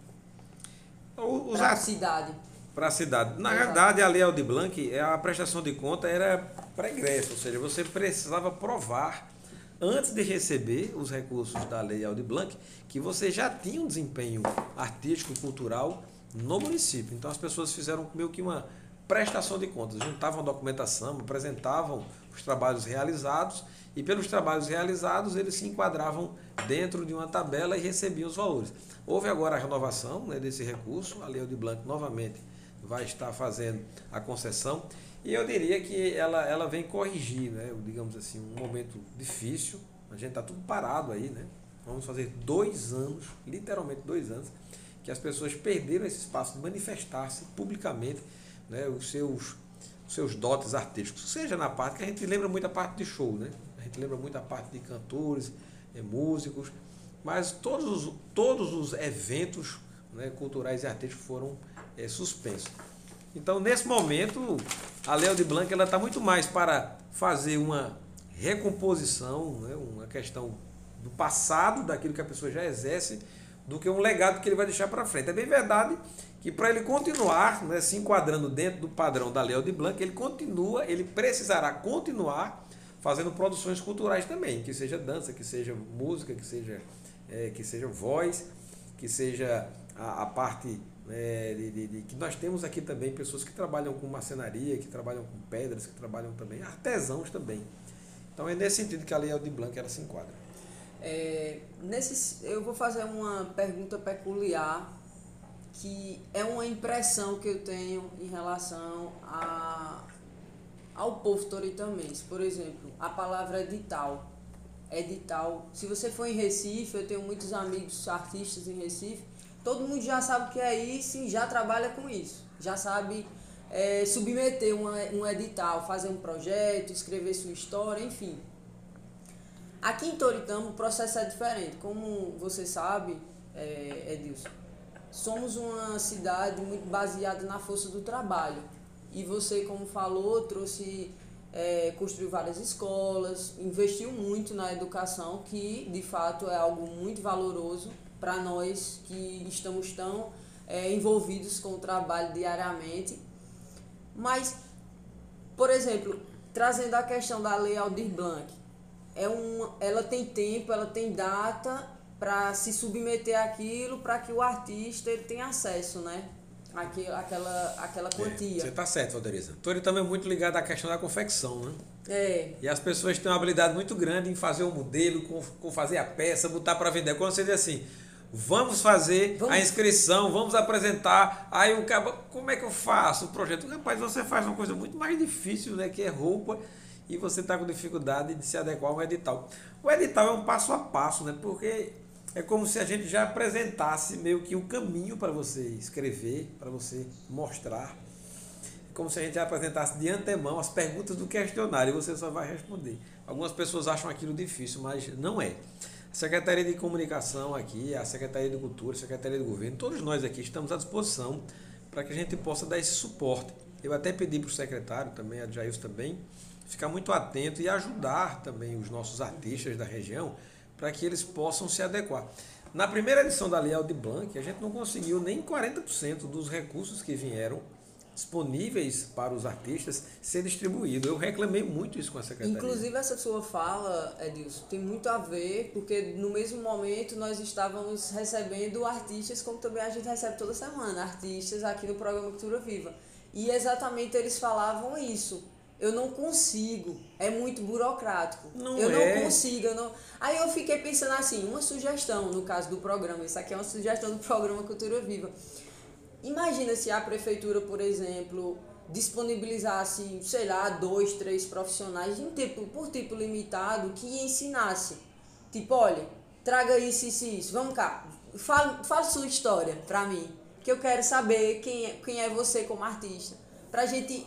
para a cidade. Para a cidade. Na realidade, a Lei Aldir Blanc, a prestação de conta era pregressa, ou seja, você precisava provar, antes de receber os recursos da Lei Aldir Blanc, que você já tinha um desempenho artístico e cultural no município. Então as pessoas fizeram meio que uma prestação de contas, juntavam a documentação, apresentavam os trabalhos realizados e pelos trabalhos realizados eles se enquadravam dentro de uma tabela e recebiam os valores. Houve agora a renovação, né, desse recurso, a Lei Aldir Blanc novamente vai estar fazendo a concessão e eu diria que ela vem corrigir, né, digamos assim, um momento difícil, a gente está tudo parado aí, né? Vamos fazer 2 anos, literalmente 2 anos, que as pessoas perderam esse espaço de manifestar-se publicamente, né, os seus dotes artísticos, seja na parte que a gente lembra muito a parte de show, né? A gente lembra muito a parte de cantores, músicos, mas todos os eventos, né, culturais e artísticos foram suspensos. Então, nesse momento, a Lei Aldir Blanc está muito mais para fazer uma recomposição, né, uma questão do passado, daquilo que a pessoa já exerce, do que um legado que ele vai deixar para frente. É bem verdade que para ele continuar, né, se enquadrando dentro do padrão da Lei Aldir Blanc, ele precisará continuar fazendo produções culturais também, que seja dança, que seja música, que seja voz, que seja a parte, né, que nós temos aqui também pessoas que trabalham com marcenaria, que trabalham com pedras, que trabalham também, artesãos também. Então é nesse sentido que a Lei Aldir Blanc ela se enquadra. Eu vou fazer uma pergunta peculiar, que é uma impressão que eu tenho em relação ao povo toritamense. Por exemplo, a palavra edital. Se você for em Recife, eu tenho muitos amigos artistas em Recife, todo mundo já sabe o que é isso e já trabalha com isso. Já sabe submeter um edital, fazer um projeto, escrever sua história, enfim. Aqui em Toritama o processo é diferente. Como você sabe, Edilson, somos uma cidade muito baseada na força do trabalho. E você, como falou, construiu várias escolas, investiu muito na educação, que de fato é algo muito valoroso para nós que estamos tão envolvidos com o trabalho diariamente. Mas, por exemplo, trazendo a questão da Lei Aldir Blanc, ela tem tempo, ela tem data para se submeter àquilo, para que o artista ele tenha acesso, né? aquela quantia. Você está certo, Valderiza. Toritama é muito ligado à questão da confecção, né? É. E as pessoas têm uma habilidade muito grande em fazer o modelo, com fazer a peça, botar para vender. Quando você diz assim, vamos fazer a inscrição, vamos apresentar, aí o cara, como é que eu faço o projeto? Rapaz, você faz uma coisa muito mais difícil, né? Que é roupa, e você está com dificuldade de se adequar ao edital. O edital é um passo a passo, né? Porque é como se a gente já apresentasse meio que o caminho para você escrever, para você mostrar. É como se a gente já apresentasse de antemão as perguntas do questionário e você só vai responder. Algumas pessoas acham aquilo difícil, mas não é. A Secretaria de Comunicação aqui, a Secretaria de Cultura, a Secretaria de Governo, todos nós aqui estamos à disposição para que a gente possa dar esse suporte. Eu até pedi para o secretário também, a Jailson também, ficar muito atento e ajudar também os nossos artistas da região para que eles possam se adequar. Na primeira edição da Lei Aldir Blanc, a gente não conseguiu nem 40% dos recursos que vieram disponíveis para os artistas ser distribuído. Eu reclamei muito isso com a Secretaria. Inclusive, essa sua fala, Edilson, tem muito a ver, porque no mesmo momento nós estávamos recebendo artistas, como também a gente recebe toda semana, artistas aqui no programa Cultura Viva. E exatamente eles falavam isso. Eu não consigo, é muito burocrático. Não consigo. Aí eu fiquei pensando assim, uma sugestão no caso do programa, isso aqui é uma sugestão do programa Cultura Viva. Imagina se a prefeitura, por exemplo, disponibilizasse, sei lá, 2, 3 profissionais por tipo limitado que ensinasse. Tipo, olha, traga isso, vamos cá, fala sua história pra mim, que eu quero saber quem é você como artista. Pra gente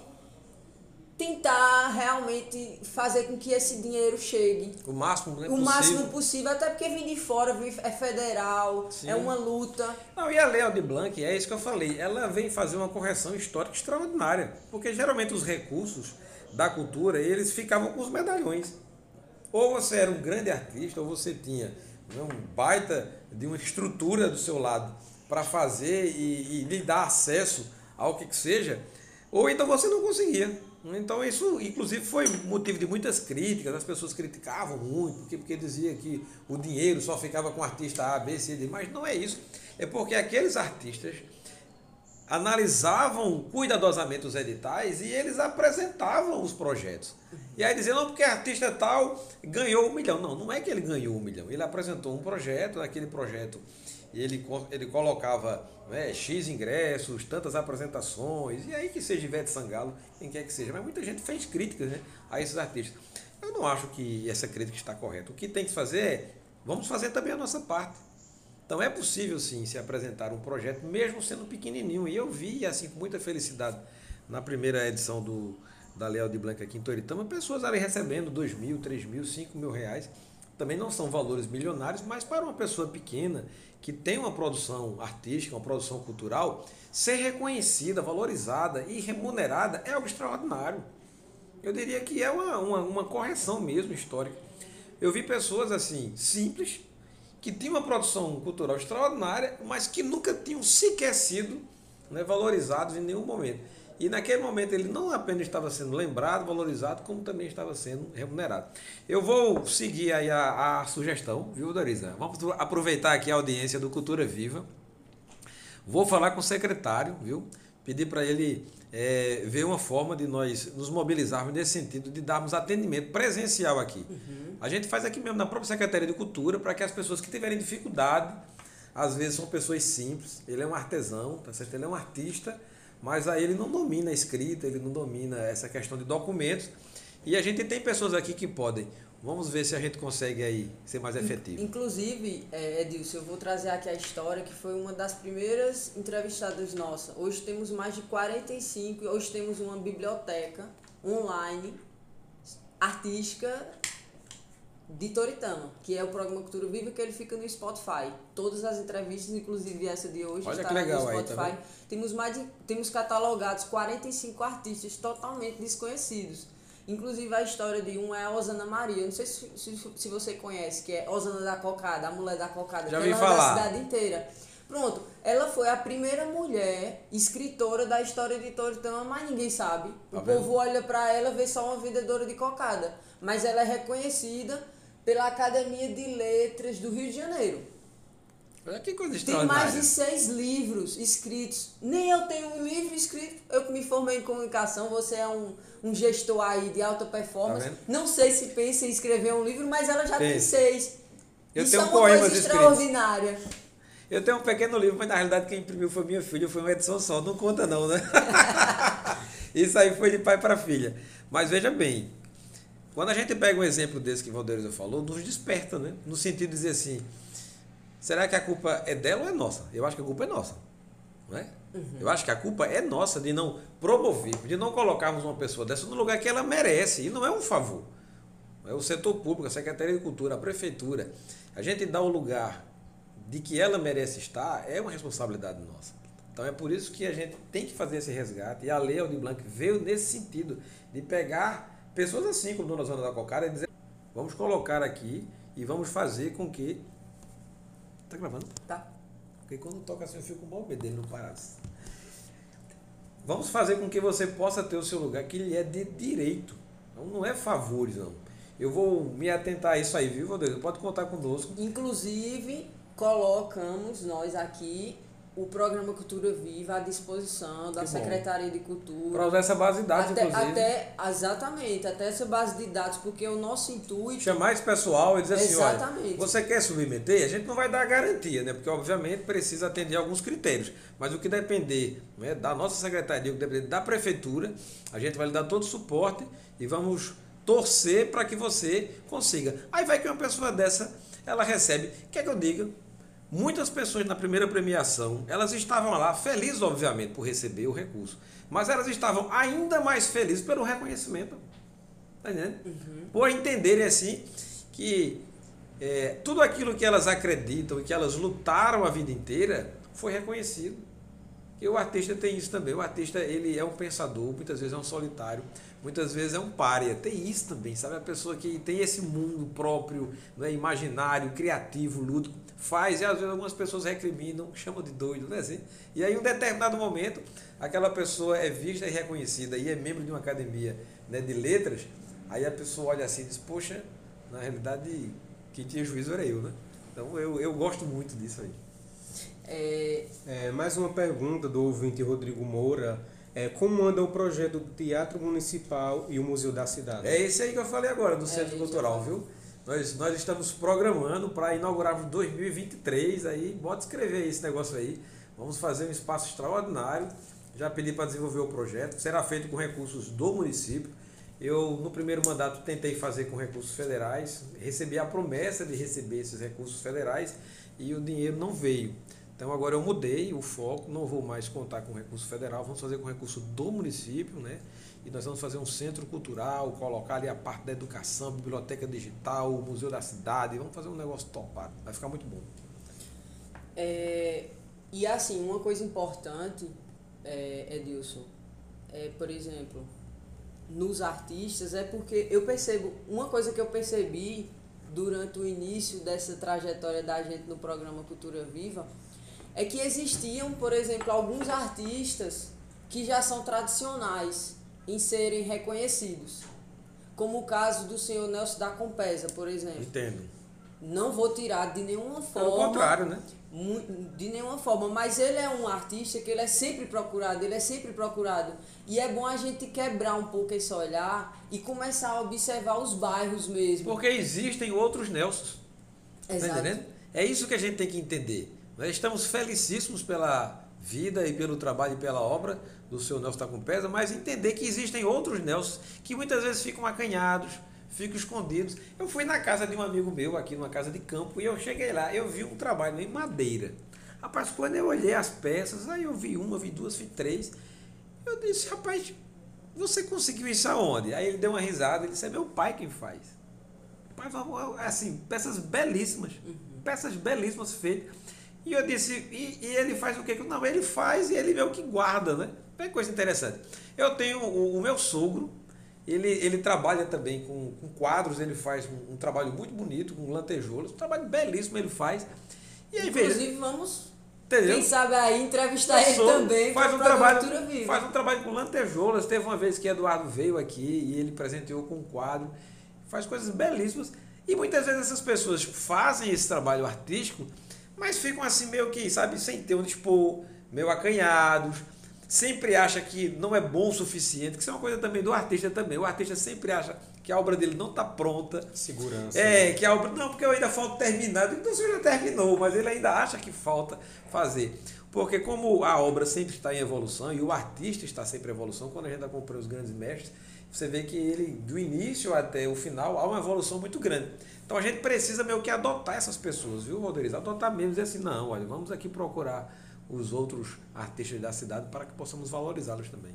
tentar realmente fazer com que esse dinheiro chegue o máximo, né, o máximo possível, até porque vem de fora, é federal, sim, é uma luta. Não, e a Lei Aldir Blanc, é isso que eu falei, ela vem fazer uma correção histórica extraordinária, porque geralmente os recursos da cultura, eles ficavam com os medalhões. Ou você era um grande artista, ou você tinha um baita de uma estrutura do seu lado para fazer e lhe dar acesso ao que seja, ou então você não conseguia. Então isso, inclusive, foi motivo de muitas críticas, as pessoas criticavam muito, porque dizia que o dinheiro só ficava com o artista A, B, C, D, mas não é isso. É porque aqueles artistas analisavam cuidadosamente os editais e eles apresentavam os projetos. E aí diziam, não, porque artista tal ganhou 1 milhão. Não, não é que ele ganhou 1 milhão, ele apresentou um projeto, naquele projeto ele colocava, né, X ingressos, tantas apresentações, e aí que seja Ivete Sangalo, quem quer que seja. Mas muita gente fez críticas, né, a esses artistas. Eu não acho que essa crítica está correta. O que tem que fazer é, vamos fazer também a nossa parte. Então é possível sim se apresentar um projeto, mesmo sendo pequenininho. E eu vi, assim, com muita felicidade, na primeira edição da Lei Aldir Blanc aqui em Toritama, pessoas ali recebendo 2 mil, 3 mil, 5 mil reais. Também não são valores milionários, mas para uma pessoa pequena, que tem uma produção artística, uma produção cultural, ser reconhecida, valorizada e remunerada é algo extraordinário. Eu diria que é uma correção mesmo histórica. Eu vi pessoas assim, simples, que tinham uma produção cultural extraordinária, mas que nunca tinham sequer sido, né, valorizados em nenhum momento. E naquele momento ele não apenas estava sendo lembrado, valorizado, como também estava sendo remunerado. Eu vou seguir aí a sugestão, viu, Dorisa? Vamos aproveitar aqui a audiência do Cultura Viva. Vou falar com o secretário, viu? Pedir para ele ver uma forma de nós nos mobilizarmos nesse sentido, de darmos atendimento presencial aqui. Uhum. A gente faz aqui mesmo na própria Secretaria de Cultura, para que as pessoas que tiverem dificuldade, às vezes são pessoas simples, ele é um artesão, tá certo? Ele é um artista, mas aí ele não domina a escrita, ele não domina essa questão de documentos. E a gente tem pessoas aqui que podem. Vamos ver se a gente consegue aí ser mais efetivo. Inclusive, Edilson, eu vou trazer aqui a história que foi uma das primeiras entrevistadas nossas. Hoje temos mais de 45, hoje temos uma biblioteca online, artística, de Toritama, que é o programa Cultura Viva, que ele fica no Spotify. Todas as entrevistas, inclusive essa de hoje, olha está que legal no Spotify. Aí, tá temos catalogados 45 artistas totalmente desconhecidos. Inclusive a história de um é a Osana Maria. Não sei se você conhece, que é Osana da Cocada, a mulher da Cocada, já que vi ela falar. É da cidade inteira. Pronto, ela foi a primeira mulher escritora da história de Toritama, mas ninguém sabe. O povo olha para ela e vê só uma vendedora de cocada. Mas ela é reconhecida pela Academia de Letras do Rio de Janeiro. Olha que coisa Tem mais extraordinária. de 6 livros escritos. Nem eu tenho um livro escrito. Eu que me formei em comunicação, você é um gestor aí de alta performance. Tá vendo? Não sei se pensa em escrever um livro, mas ela já tem Pensa. 6. Eu Isso tenho é uma poemas coisa escritos. extraordinária. Eu tenho um pequeno livro, mas na realidade quem imprimiu foi minha filha, foi uma edição só, não conta não, né? Isso aí foi de pai para filha. Mas veja bem, quando a gente pega um exemplo desse que Valderiza falou, nos desperta, né? No sentido de dizer assim, será que a culpa é dela ou é nossa? Eu acho que a culpa é nossa, não é? Eu acho que a culpa é nossa de não promover, de não colocarmos uma pessoa dessa no lugar que ela merece, e não é um favor. É o setor público, a Secretaria de Cultura, a Prefeitura. A gente dá o lugar de que ela merece estar, é uma responsabilidade nossa. Então é por isso que a gente tem que fazer esse resgate, e a Lei Aldir Blanc veio nesse sentido, de pegar pessoas assim como Dona Zona da Cocada e dizer, vamos colocar aqui e vamos fazer com que... Tá gravando? Tá. Porque quando toca assim eu fico mal dele no Parás. Vamos fazer com que você possa ter o seu lugar, que lhe é de direito. Não é favores, não. Eu vou me atentar a isso aí, viu, Valdir? Pode contar conosco. Inclusive, colocamos nós aqui o programa Cultura Viva à disposição da Que bom. Secretaria de Cultura. Para usar essa base de dados, inclusive. Exatamente, até essa base de dados, porque o nosso intuito... Chamar esse pessoal e dizer assim, Exatamente. olha, você quer submeter? A gente não vai dar garantia, né? Porque, obviamente, precisa atender alguns critérios. Mas o que depender, né, da nossa secretaria, o que depender da prefeitura, a gente vai lhe dar todo o suporte e vamos torcer para que você consiga. Aí vai que uma pessoa dessa, ela recebe, quer que eu diga, muitas pessoas na primeira premiação, elas estavam lá felizes, obviamente, por receber o recurso, mas elas estavam ainda mais felizes pelo reconhecimento. Tá entendendo? Por entenderem assim que tudo aquilo que elas acreditam e que elas lutaram a vida inteira foi reconhecido. E o artista tem isso também. O artista, ele é um pensador, muitas vezes é um solitário, muitas vezes é um pária. Tem isso também, sabe? A pessoa que tem esse mundo próprio, né, imaginário, criativo, lúdico, faz, e às vezes algumas pessoas recriminam, chamam de doido, né? Assim? E aí, em um determinado momento, aquela pessoa é vista e reconhecida e é membro de uma academia, né, de letras, aí a pessoa olha assim e diz, poxa, na realidade, quem tinha juízo era eu, né? Então, eu gosto muito disso aí. Mais uma pergunta do ouvinte Rodrigo Moura. Como anda o projeto do Teatro Municipal e o Museu da Cidade? É esse aí que eu falei agora, do Centro Cultural, viu? Nós estamos programando para inaugurarmos 2023, aí bota escrever esse negócio aí. Vamos fazer um espaço extraordinário. Já pedi para desenvolver o projeto. Será feito com recursos do município. Eu, no primeiro mandato, tentei fazer com recursos federais. Recebi a promessa de receber esses recursos federais e o dinheiro não veio. Então agora eu mudei o foco, não vou mais contar com recurso federal, vamos fazer com recurso do município, né? E nós vamos fazer um centro cultural, colocar ali a parte da educação, biblioteca digital, o museu da cidade, vamos fazer um negócio topado, vai ficar muito bom. E assim, uma coisa importante, Edilson, por exemplo, nos artistas, porque eu percebo, uma coisa que eu percebi durante o início dessa trajetória da gente no programa Cultura Viva, é que existiam, por exemplo, alguns artistas que já são tradicionais em serem reconhecidos. Como o caso do senhor Nelson da Compesa, por exemplo. Entendo. Não vou tirar de nenhuma forma. Pelo contrário, né? De nenhuma forma, mas ele é um artista que ele é sempre procurado. E é bom a gente quebrar um pouco esse olhar e começar a observar os bairros mesmo. Porque existem outros Nelsons. Exato. Tá entendendo? É isso que a gente tem que entender. Nós estamos felicíssimos pela vida e pelo trabalho e pela obra do seu Nelson da Compesa, mas entender que existem outros Nelsons que muitas vezes ficam acanhados, ficam escondidos. Eu fui na casa de um amigo meu, aqui numa casa de campo, e eu cheguei lá, eu vi um trabalho em madeira. Rapaz, quando eu olhei as peças, aí eu vi uma, vi duas, vi três, eu disse, rapaz, você conseguiu isso aonde? Aí ele deu uma risada, ele disse, é meu pai quem faz. Assim, peças belíssimas feitas. E eu disse, e ele faz o quê? Não, ele faz e ele meio que guarda, né? É coisa interessante. Eu tenho o meu sogro, ele trabalha também com quadros, ele faz um trabalho muito bonito, com lantejoulas, um trabalho belíssimo ele faz. E aí, inclusive, vamos, entendeu? Quem sabe aí, entrevistar ele também. Faz um trabalho com lantejoulas. Teve uma vez que Eduardo veio aqui e ele presenteou com um quadro. Faz coisas belíssimas. E muitas vezes essas pessoas fazem esse trabalho artístico, mas ficam assim meio que, sabe, sem ter onde expor, meio acanhados, sempre acha que não é bom o suficiente, que isso é uma coisa também do artista também. O artista sempre acha que a obra dele não está pronta. Segurança. Que a obra, não, porque eu ainda falta terminar. Então você já terminou, mas ele ainda acha que falta fazer. Porque como a obra sempre está em evolução e o artista está sempre em evolução, quando a gente acompanha os grandes mestres, você vê que ele, do início até o final, há uma evolução muito grande. Então a gente precisa meio que adotar essas pessoas, viu, Valderiza? Adotar mesmo, dizer assim, não, olha, vamos aqui procurar os outros artistas da cidade para que possamos valorizá-los também.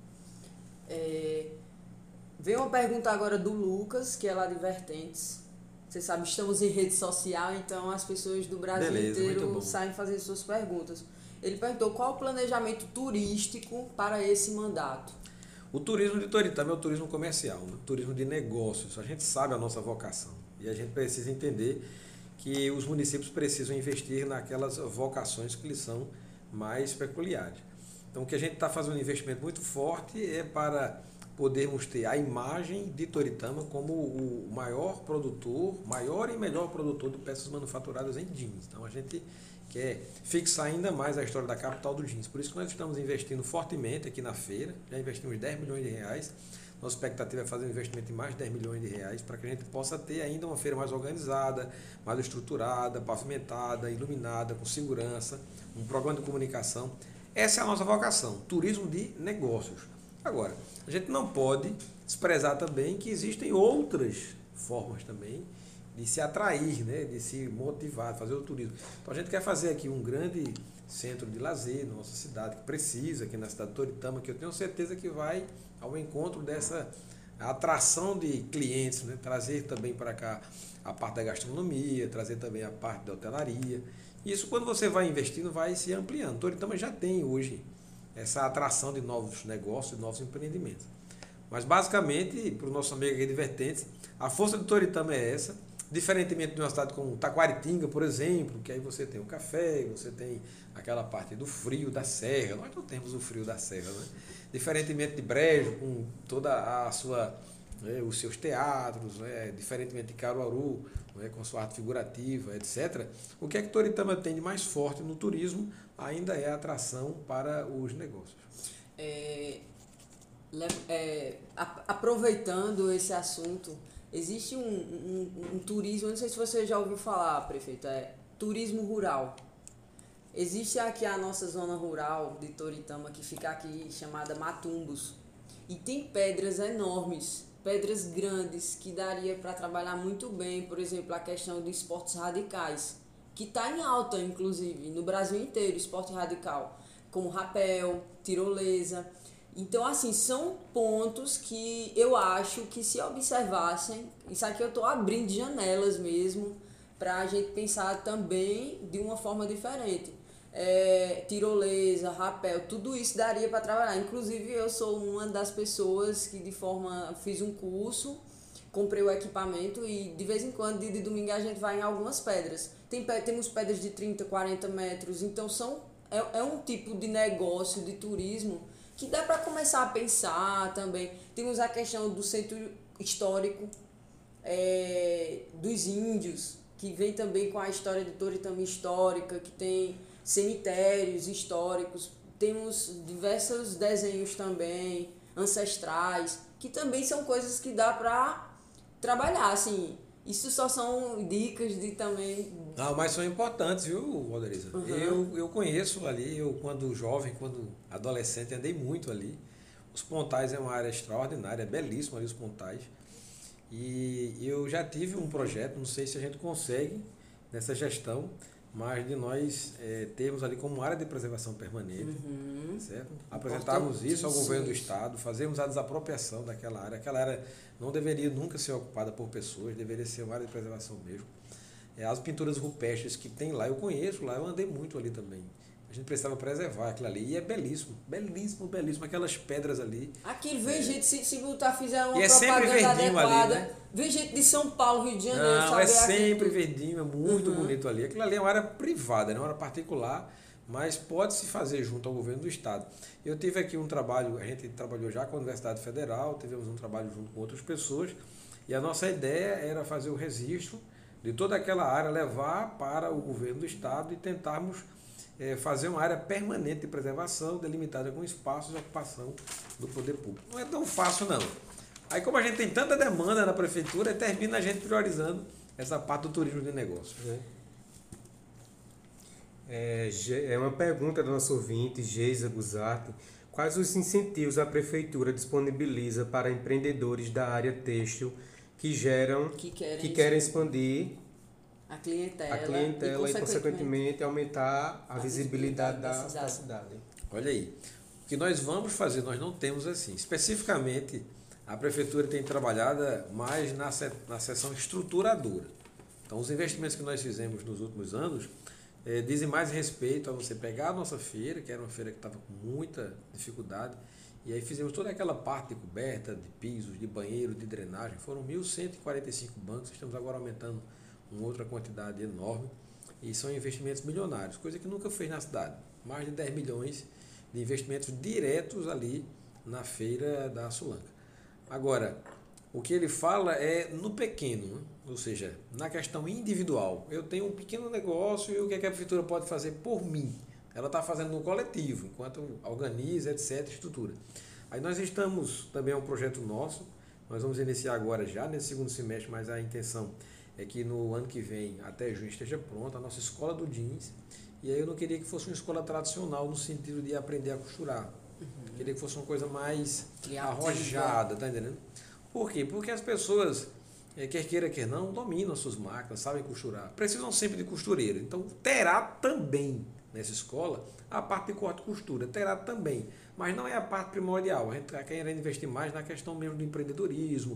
Vem uma pergunta agora do Lucas, que é lá de Vertentes. Você sabe, estamos em rede social, então as pessoas do Brasil inteiro saem fazer suas perguntas. Ele perguntou qual o planejamento turístico para esse mandato. O turismo de Toritama é o turismo comercial, o turismo de negócios. A gente sabe a nossa vocação e a gente precisa entender que os municípios precisam investir naquelas vocações que lhes são mais peculiares. Então, o que a gente está fazendo um investimento muito forte é para podermos ter a imagem de Toritama como o maior e melhor produtor de peças manufaturadas em jeans. Então, a gente quer fixar ainda mais a história da capital do jeans. Por isso que nós estamos investindo fortemente aqui na feira, já investimos 10 milhões de reais. Nossa expectativa é fazer um investimento em mais de 10 milhões de reais para que a gente possa ter ainda uma feira mais organizada, mais estruturada, pavimentada, iluminada, com segurança, um programa de comunicação. Essa é a nossa vocação, turismo de negócios. Agora, a gente não pode desprezar também que existem outras formas também de se atrair, né, de se motivar, fazer o turismo. Então a gente quer fazer aqui um grande centro de lazer na nossa cidade, que precisa, aqui na cidade de Toritama, que eu tenho certeza que vai ao encontro dessa atração de clientes, né, trazer também para cá a parte da gastronomia, trazer também a parte da hotelaria. Isso, quando você vai investindo, vai se ampliando. Toritama já tem hoje essa atração de novos negócios, de novos empreendimentos. Mas basicamente, para o nosso amigo aqui de Vertentes, a força de Toritama é essa. Diferentemente de uma cidade como Taquaritinga, por exemplo, que aí você tem o café, você tem aquela parte do frio da serra. Nós não temos o frio da serra, né? Diferentemente de Brejo, com toda a sua, os seus teatros, diferentemente de Caruaru, com sua arte figurativa, etc. O que é que Toritama tem de mais forte no turismo ainda é a atração para os negócios. Aproveitando esse assunto, existe um turismo, não sei se você já ouviu falar, prefeito, turismo rural. Existe aqui a nossa zona rural de Toritama, que fica aqui, chamada Matumbos. E tem pedras enormes, pedras grandes, que daria para trabalhar muito bem, por exemplo, a questão de esportes radicais, que está em alta, inclusive, no Brasil inteiro, esporte radical, como rapel, tirolesa. Então, assim, são pontos que eu acho que se observassem, isso aqui eu estou abrindo janelas mesmo, para a gente pensar também de uma forma diferente. Tirolesa, rapel, tudo isso daria para trabalhar. Inclusive, eu sou uma das pessoas que fiz um curso, comprei o equipamento e de vez em quando, de domingo, a gente vai em algumas pedras. Temos pedras de 30, 40 metros, então é um tipo de negócio, de turismo, que dá para começar a pensar também. Temos a questão do centro histórico dos índios, que vem também com a história de Toritama histórica, que tem cemitérios históricos. Temos diversos desenhos também, ancestrais, que também são coisas que dá para trabalhar, assim. Isso só são dicas de também... Não, mas são importantes, viu, Valderiza? Uhum. Eu conheço ali, eu quando jovem, quando adolescente, andei muito ali. Os Pontais é uma área extraordinária, é belíssimo ali os Pontais. E eu já tive um projeto, não sei se a gente consegue nessa gestão, mas de nós termos ali como área de preservação permanente, certo? Apresentarmos isso ao governo do estado, fazermos a desapropriação daquela área. Aquela área não deveria nunca ser ocupada por pessoas, deveria ser uma área de preservação mesmo. As pinturas rupestres que tem lá, eu conheço lá, eu andei muito ali também. A gente precisava preservar aquilo ali. E é belíssimo, belíssimo, belíssimo. Aquelas pedras ali. Aquilo, vem gente, se botar, fizer uma e propaganda adequada, ali, né? Vem gente de São Paulo, Rio de Janeiro. Não, é sempre verdinho, é muito bonito ali. Aquilo ali é uma área privada, não é uma área particular, mas pode-se fazer junto ao governo do estado. Eu tive aqui um trabalho, a gente trabalhou já com a Universidade Federal, tivemos um trabalho junto com outras pessoas, e a nossa ideia era fazer o registro de toda aquela área, levar para o governo do Estado e tentarmos fazer uma área permanente de preservação, delimitada com espaços de ocupação do poder público. Não é tão fácil, não. Aí, como a gente tem tanta demanda na prefeitura, termina a gente priorizando essa parte do turismo de negócios. É uma pergunta do nosso ouvinte, Geisa Guzarte. Quais os incentivos a prefeitura disponibiliza para empreendedores da área têxtil que querem expandir a clientela e, consequentemente, aumentar a visibilidade da cidade? Olha aí, o que nós vamos fazer, nós não temos assim. Especificamente, a prefeitura tem trabalhado mais na seção estruturadora. Então, os investimentos que nós fizemos nos últimos anos dizem mais respeito a você pegar a nossa feira, que era uma feira que estava com muita dificuldade, e aí fizemos toda aquela parte de coberta, de pisos, de banheiro, de drenagem. Foram 1.145 bancos, estamos agora aumentando uma outra quantidade enorme, e são investimentos milionários, coisa que nunca fez na cidade. Mais de 10 milhões de investimentos diretos ali na feira da Sulanca. Agora, o que ele fala é no pequeno, né? Ou seja, na questão individual. Eu tenho um pequeno negócio e o que a prefeitura pode fazer por mim? Ela está fazendo no coletivo, enquanto organiza, etc., estrutura. Aí nós estamos, também é um projeto nosso, nós vamos iniciar agora já nesse segundo semestre, mas a intenção é que no ano que vem, até junho, esteja pronta a nossa escola do jeans. E aí eu não queria que fosse uma escola tradicional no sentido de aprender a costurar. Queria que fosse uma coisa mais arrojada, tá entendendo? Por quê? Porque as pessoas, quer queira, quer não, dominam as suas máquinas, sabem costurar. Precisam sempre de costureiro. Então, terá também, nessa escola, a parte de corte e costura. Terá também. Mas não é a parte primordial. A gente está querendo investir mais na questão mesmo do empreendedorismo,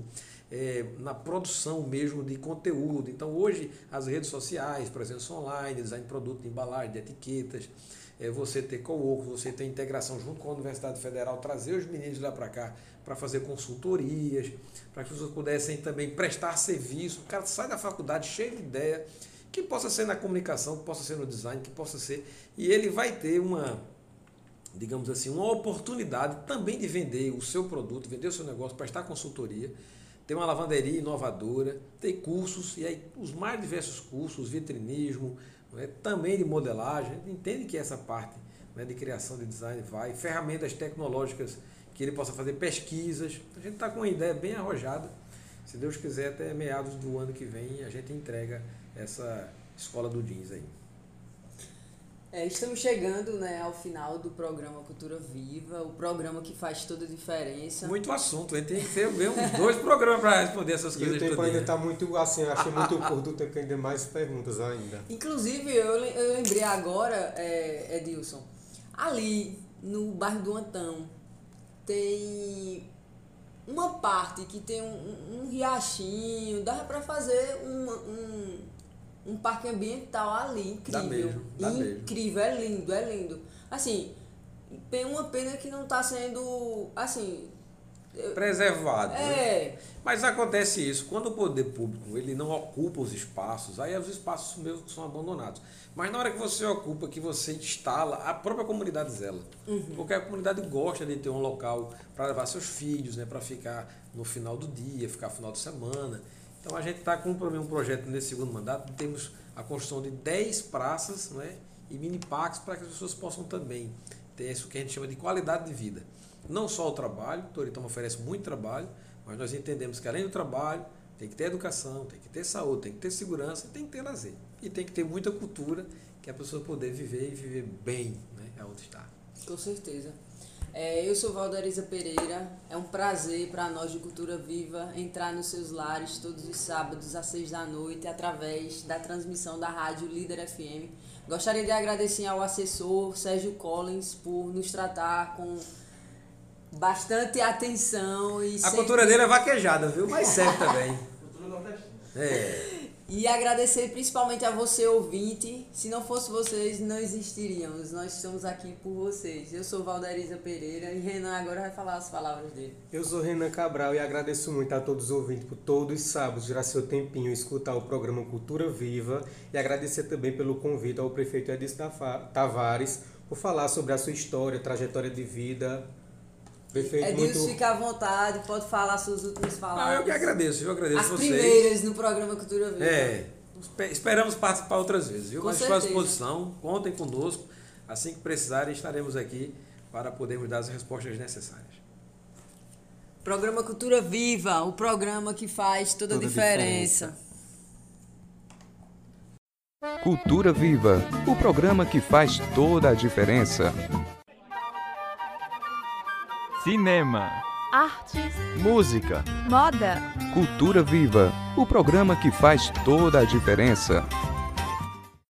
na produção mesmo de conteúdo. Então, hoje, as redes sociais, presença online, design de produto, de embalagem, de etiquetas, você ter co-work, você ter integração junto com a Universidade Federal, trazer os meninos lá para cá para fazer consultorias, para que as pessoas pudessem também prestar serviço. O cara sai da faculdade cheio de ideia, que possa ser na comunicação, que possa ser no design, que possa ser... E ele vai ter uma, digamos assim, uma oportunidade também de vender o seu produto, vender o seu negócio, prestar consultoria, ter uma lavanderia inovadora, ter cursos, e aí os mais diversos cursos, vitrinismo, também de modelagem. A gente entende que essa parte de criação de design vai, ferramentas tecnológicas que ele possa fazer pesquisas. A gente está com uma ideia bem arrojada. Se Deus quiser, até meados do ano que vem, a gente entrega essa escola do jeans aí. Estamos chegando ao final do programa Cultura Viva, o programa que faz toda a diferença. Muito assunto, a gente tem que ter mesmo 2 programas para responder essas coisas. E o tempo ainda está muito assim, eu achei muito curto, o tempo que ainda tem mais perguntas ainda. Inclusive, eu lembrei agora, Edilson, ali no bairro do Antão, tem uma parte que tem um riachinho, dá para fazer um parque ambiental ali, incrível. Dá mesmo. Incrível, é lindo. Assim, tem uma pena que não está sendo, assim... preservado. Né? Mas acontece isso, quando o poder público ele não ocupa os espaços, aí os espaços mesmo são abandonados. Mas na hora que você ocupa, que você instala, a própria comunidade zela. Porque a comunidade gosta de ter um local para levar seus filhos, para ficar no final do dia, ficar no final de semana. Então a gente está com um projeto nesse segundo mandato, temos a construção de 10 praças e mini parques para que as pessoas possam também ter isso que a gente chama de qualidade de vida. Não só o trabalho, o Toritama oferece muito trabalho, mas nós entendemos que além do trabalho, tem que ter educação, tem que ter saúde, tem que ter segurança, tem que ter lazer. E tem que ter muita cultura, que a pessoa poder viver e viver bem aonde está. Com certeza. Eu sou Valderiza Pereira, é um prazer para nós de Cultura Viva entrar nos seus lares todos os sábados às 6 da noite, através da transmissão da rádio Líder FM. Gostaria de agradecer ao assessor Sérgio Collins por nos tratar com bastante atenção. E a cultura dele é vaquejada, viu? Mas serve também. Cultura nordestina. E agradecer principalmente a você, ouvinte. Se não fosse vocês, não existiríamos. Nós estamos aqui por vocês. Eu sou Valderiza Pereira e Renan agora vai falar as palavras dele. Eu sou Renan Cabral e agradeço muito a todos os ouvintes por todos os sábados tirar seu tempinho e escutar o programa Cultura Viva. E agradecer também pelo convite ao prefeito Edilson Tavares por falar sobre a sua história, trajetória de vida. Prefeito, Edilson, fica à vontade, pode falar suas últimas palavras. Eu que agradeço, As vocês. primeiras no programa Cultura Viva. Esperamos participar outras vezes, viu? Com Mas estou à certeza. disposição, contem conosco. Assim que precisarem, estaremos aqui para podermos dar as respostas necessárias. Programa Cultura Viva, o programa que faz toda a diferença. Cultura Viva, o programa que faz toda a diferença. Cinema. Artes, Música. moda. Cultura Viva, o programa que faz toda a diferença.